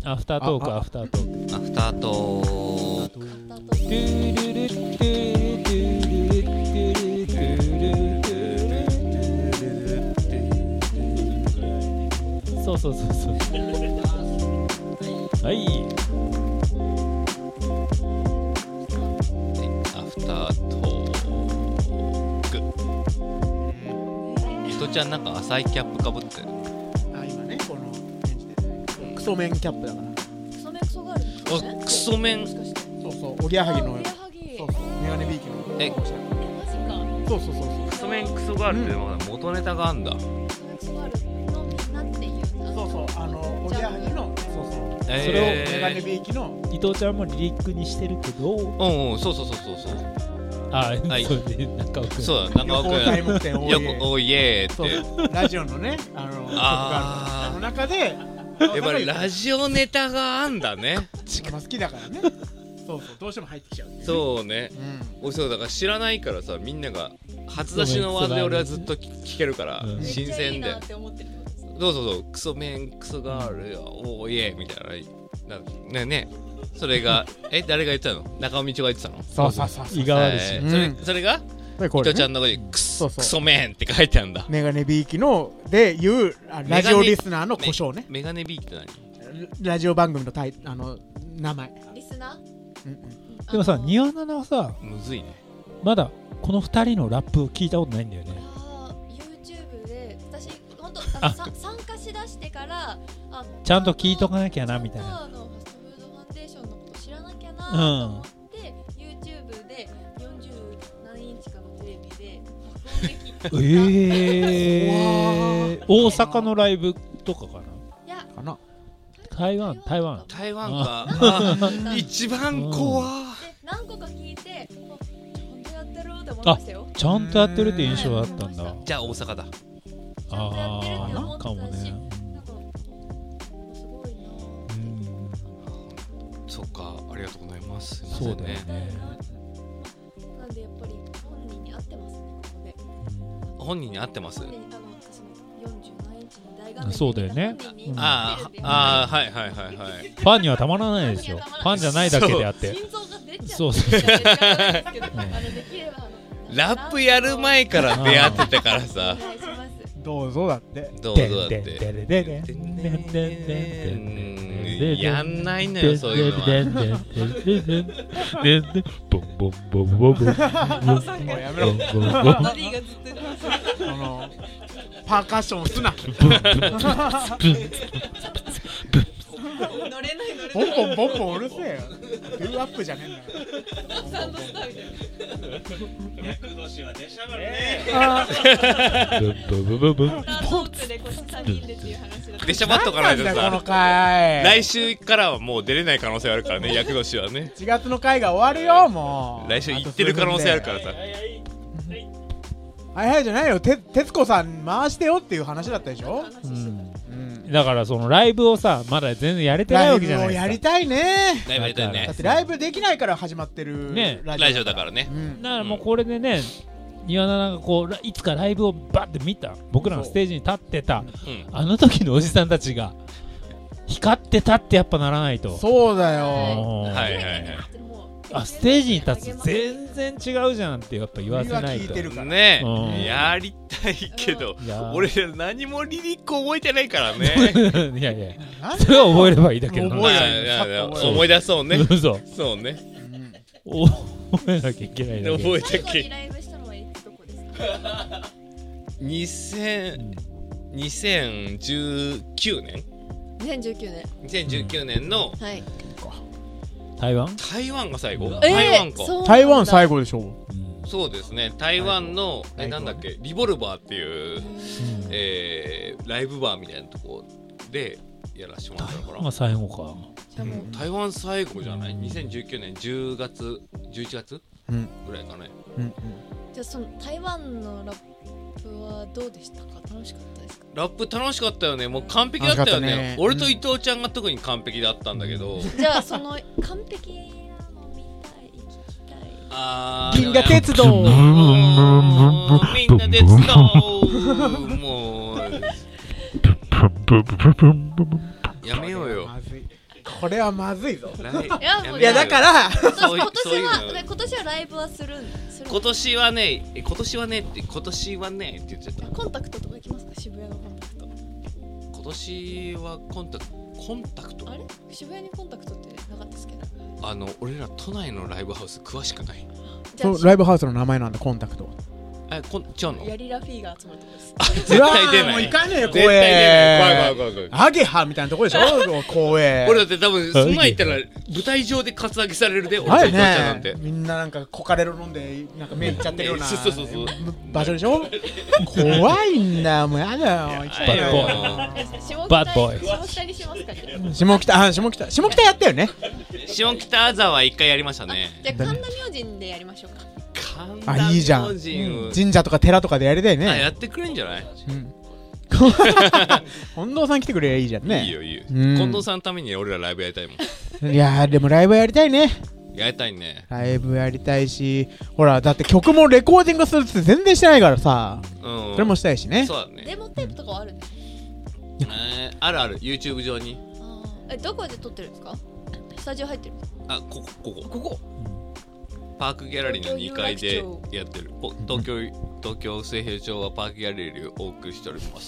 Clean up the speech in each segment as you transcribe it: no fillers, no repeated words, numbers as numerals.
アフタートーク、アフタートーク、 アフタートーク。 そうそうそうそう。はい。 アフタートーク。伊藤ちゃんなんか浅いキャップかぶってる。 あ、今ね、このクソメンキャップだから。 クソメンクソガール。 クソメン。 そうそう、おぎやはぎの。そうそう、メガネビーキの。 え、 マジか。 そうそうそうそう。 クソメンクソガールって元ネタがあんだ。 クソメンクソガールのみんなっていう。 そうそう、おぎやはぎの。そうそう。それをメガネビーキの。 伊藤ちゃんもリリックにしてるけど。 うんうん、そうそうそうそうそう。 あ、はい、それで中尾くん。 そうだ、中尾くん。よくおいえーって。 ラジオのね、曲があるの中で。 やっぱりラジオネタがあんだね。 好きだからね。そうそう、どうしても入ってきちゃう。 そうね。そうだから知らないからさ、みんなが初出しのワードで俺はずっと聞けるから新鮮で。どうぞどうぞ、クソメンクソガールおーイエーみたいなね。それが誰が言ってたの？中尾道が言ってたの？ そうそうそう。 胃が悪いし。 それが伊藤ちゃんのとこにクソメンって書いてあるんだ。 メガネビーキので言うラジオリスナーの故障ね。 メガネビーキって何？ ラジオ番組の名前。 リスナー？でもさ、ニワナナはさ、 むずいね。 まだこの2人のラップを聞いたことないんだよね。 YouTube で私本当参加しだしてからちゃんと聞いとかなきゃなみたいな。 ファストフードファンデーションのこと知らなきゃなと思って、YouTube で40何インチかのテレビで大阪のライブとかかな。 いやかな。 台湾か。 一番怖い。 何個か聞いてちゃんとやってるって思いましたよ。 ちゃんとやってるって印象だったんだ。 じゃあ大阪だ。 ああ、なんかもね。 すごいな。 そっか、ありがとうございます。 そうだよね。 なんでやっぱり本人に合ってますね、ここで。 本人に合ってます。 そうだよね。 ああ、はい。ファンにはたまらないですよ。ファンじゃないだけであって。そうそう。 ラップやる前から出会ってたからさ。 どうぞだって。 やんないのよ、そういうのは。 ボンボンボンボンボン。 もうやめろ。パーカッションすな。ボンボンうるせえよ。ドゥーアップじゃねえんだよ。 厄年は出しゃばるね。 出しゃばっとかないとさ。来週からはもう出れない可能性あるからね、厄年はね。 4月の回が終わるよ、もう。 来週行ってる可能性あるからさ。 はいじゃないよ、徹子さん回してよっていう話だったでしょ。 だからそのライブをさ、まだ全然やれてないわけじゃないですか。 ライブをやりたいね。 ライブやりたいね。 だってライブできないから始まってるラジオだからね。 だからもうこれでね、庭菜がこういつかライブをバッて見た、僕らのステージに立ってたあの時のおじさんたちが光ってたってやっぱならないと。 そうだよ。 はいステージに立つ全然違うじゃんってやっぱ言わせないとね。やりたいけど俺何もリリック覚えてないからね。 いやそれは覚えればいいだけど思い出そうね。そうね、 覚えなきゃいけないだけ。 覚えたっけ。 ライブしたのはいつどこですか ？2019年2019年の台湾が最後。 台湾最後でしょ。 そうですね、台湾のなんだっけ、リボルバーっていうライブバーみたいなとこでやらせてもらったのかな。 最後か。 台湾最後じゃない？ 2019年10月11月ぐらいかね。 じゃあその台湾のラップはどうでしたか？楽しかったですか？ ラップ楽しかったよね。もう完璧だったよね。俺と伊藤ちゃんが特に完璧だったんだけど。 じゃあその完璧なの見たい、聞きたい。 銀河鉄道。 みんな鉄道。もうやめようよ。 これはまずいぞ。 いやだから今年はライブはする今年はねって言っちゃった。 コンタクトとか行きますか？渋谷のコンタクト。 今年はコンタクトあれ渋谷にコンタクトってなかったっすけど、 俺ら都内のライブハウス詳しくない。 そうライブハウスの名前なんだコンタクト。 違うの？ ヤリラフィーが集まるとこです。 絶対出ない。 もう行かねえよ絶対出ない。怖い。 アゲハみたいなとこでしょ公園。 俺だって多分そんなん言ったら舞台上でカツアゲされるで。 はい俺なんて。 みんななんかコカレロ飲んでなんか目いっちゃってるようなそう場所でしょ。怖いんだもうやだよ。 バッドボーイ。 下北にしますかね。 下北やったよね。 下北沢は一回やりましたね。 じゃあ神田明神でやりましょうか。 いいじゃん。神社とか寺とかでやりたいね。 やってくれんじゃない？ 近藤さん来てくれりゃいいじゃんね。 いいよ。近藤さんのために俺らライブやりたいもん。 いやでもライブやりたいね。 やりたいね。 ライブやりたいし、ほらだって曲もレコーディングするって全然してないからさ。それもしたいしね。 そうだね。 デモテープとかはあるね。 ある YouTube 上に。 どこで撮ってるんですか？スタジオ入ってる？ ここ。パークギャラリーの2階でやってる。東京末広町はパークギャラリーをお送りしております。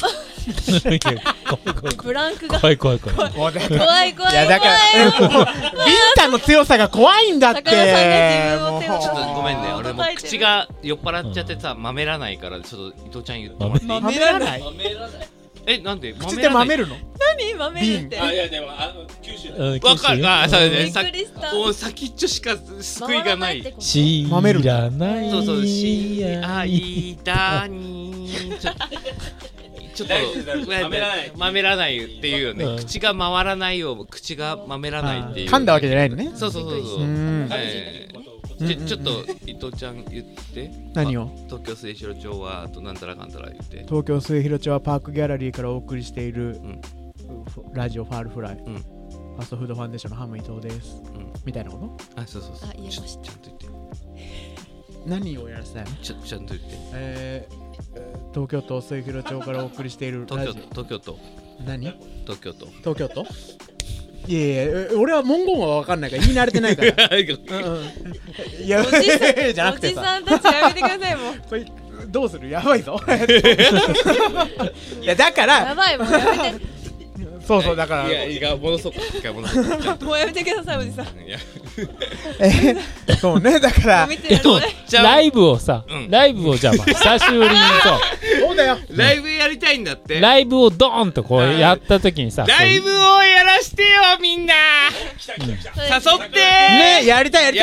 ブランクが怖い。 いやだからビンタの強さが怖いんだって。 高田さんが自分をちょっとごめんね、俺も口が酔っ払っちゃってさ、まめらないからちょっと伊藤ちゃん言ってもらっていい？ まめらない。 なんで口でまめるの？ 何まめるって？ いやでも九州でわかる。それでびっくりした。 もう先っちょしか救いがない。 知らない。 そう知らいだにちょっとまめらないっていうよね。口が回らないよ、口がまめらないっていう。 噛んだわけじゃないのね。 そう。ちょっと伊藤ちゃん言って何を？ 東京末広町はあとなんたらかんたら言って。 東京末広町はパークギャラリーからお送りしているラジオファールフライ、ファストフードファンデーションのハム伊藤です、みたいなこと？ そう言えました。 ちゃんと言って。 何をやらせたいの？ ちゃんと言って。 東京都末広町からお送りしているラジオ。 東京都。 何？ 東京都。 いや俺は文言は分かんないから言い慣れてないから。いやじゃなくてさ、 おじさんたちやめてくださいもう。 これどうする？やばいぞ。いやだからやばいもうやめて。 そうだから。 いや戻そうか。 もうやめてくださいおじさん。 そうねだからライブをじゃあ久しぶりにそうだよ。 ライブやりたいんだって。 ライブをドーンとこうやった時にさ、 ライブをやらしてよみんな。誘ってねやりたい。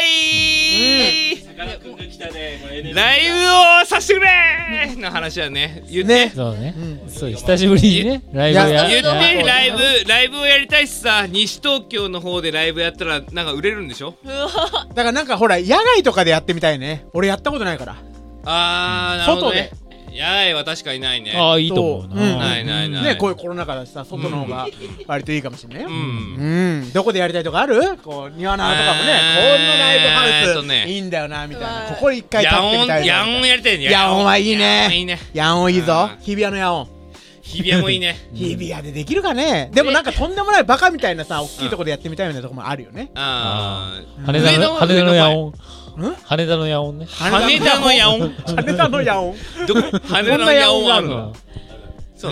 ライブをさせてくれの話はね言って。 そうね。そう久しぶりにねライブや言ってライブをやりたいしさ、西東京の方でライブやったらなんか売れるんでしょ？ だからなんかほら野外とかでやってみたいね。俺やったことないから。 なるほどね。野外は確かにないね。 いいと思うな。 ないね、こういうコロナ禍だしさ、外の方が割といいかもしれないよ。どこでやりたいとかある？こう庭菜とかもね、このライブハウスいいんだよなみたいな。ここ一回立ってみたいな。 ヤオンやりたいね。 ヤオンはいいね。ヤオンいいぞ。日比谷のヤオン。 日比谷もいいね。 日比谷でできるかね。でもなんかとんでもないバカみたいなさ、大きいとこでやってみたいようなとこもあるよね。 羽田のヤオン。羽田のヤオンね。 羽田のヤオン。 羽田のヤオン。 羽田のヤオンあるの。そう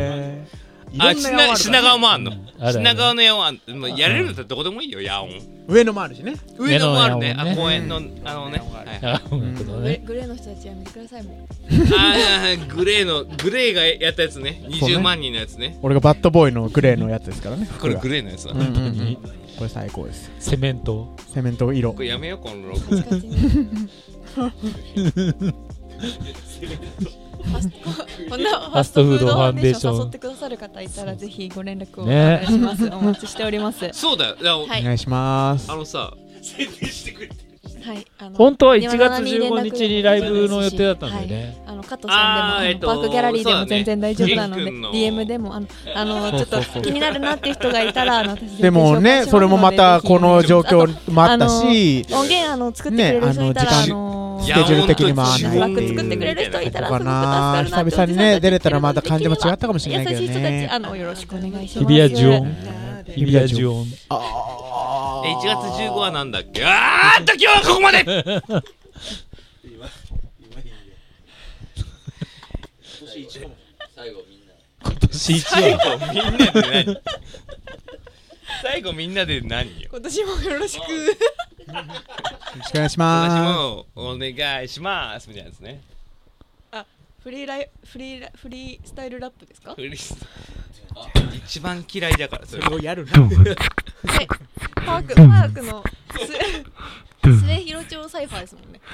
品川もあんの。品川のヤオンやれるんだったらどこでもいいよヤオン。 上野もあるしね。 上野もあるね。公園のグレーの人たちやめてくださいもん。 グレーがやったやつね。20万人のやつね。 俺がバッドボーイのグレーのやつですからね。 これグレーのやつだ。 これ最高です。 セメント色。 これやめようこのロゴ。 こんなファストフードファンデーション誘ってくださる方いたらぜひご連絡をお願いします。お待ちしております。 そうだよ。 お願いします。 さ、 宣伝してくれて。 本当は1月15日にライブの予定だったんだよね。 加藤さんでもパークギャラリーでも全然大丈夫なので DM でもちょっと気になるなっていう人がいたらでもねそれもまたこの状況もあったし音源作ってくれる人いたらスケジュール的にも合わないっていう作ってくれる人いたらすごく助かるな。久々にね出れたらまた感じも違ったかもしれないけどね。 優しい人たちよろしくお願いします。 日比谷ジュオンで日比谷ジオン。 1月15はなんだっけ。あーっと今日はここまで。 最後みんな今年一はみんなで何。最後みんなで何よ。 今年もよろしく。 よろしくお願いし私まもお願いしますみたいなやつね。 フリースタイルラップですか？ フリース一番嫌いだからそす。 れそれをやるな。 パークの末広町サイファーですもんね。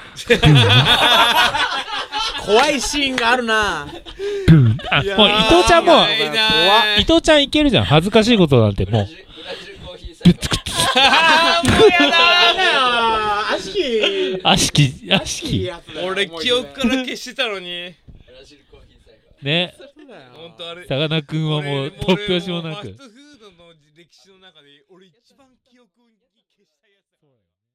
怖いシーンがあるな。 あ、もう伊藤ちゃんもいない伊藤ちゃんいけるじゃん。恥ずかしいことなんてもう。 ブラジルコーヒーサイファーあーもうやだ悪しき悪しき。 俺記憶から消してたのに。 ブラジルコーヒーサイファーね。 本当あれ。 さかなクンはもう突拍子もなくファストフードの歴史の中で俺一番記憶を消したやつ。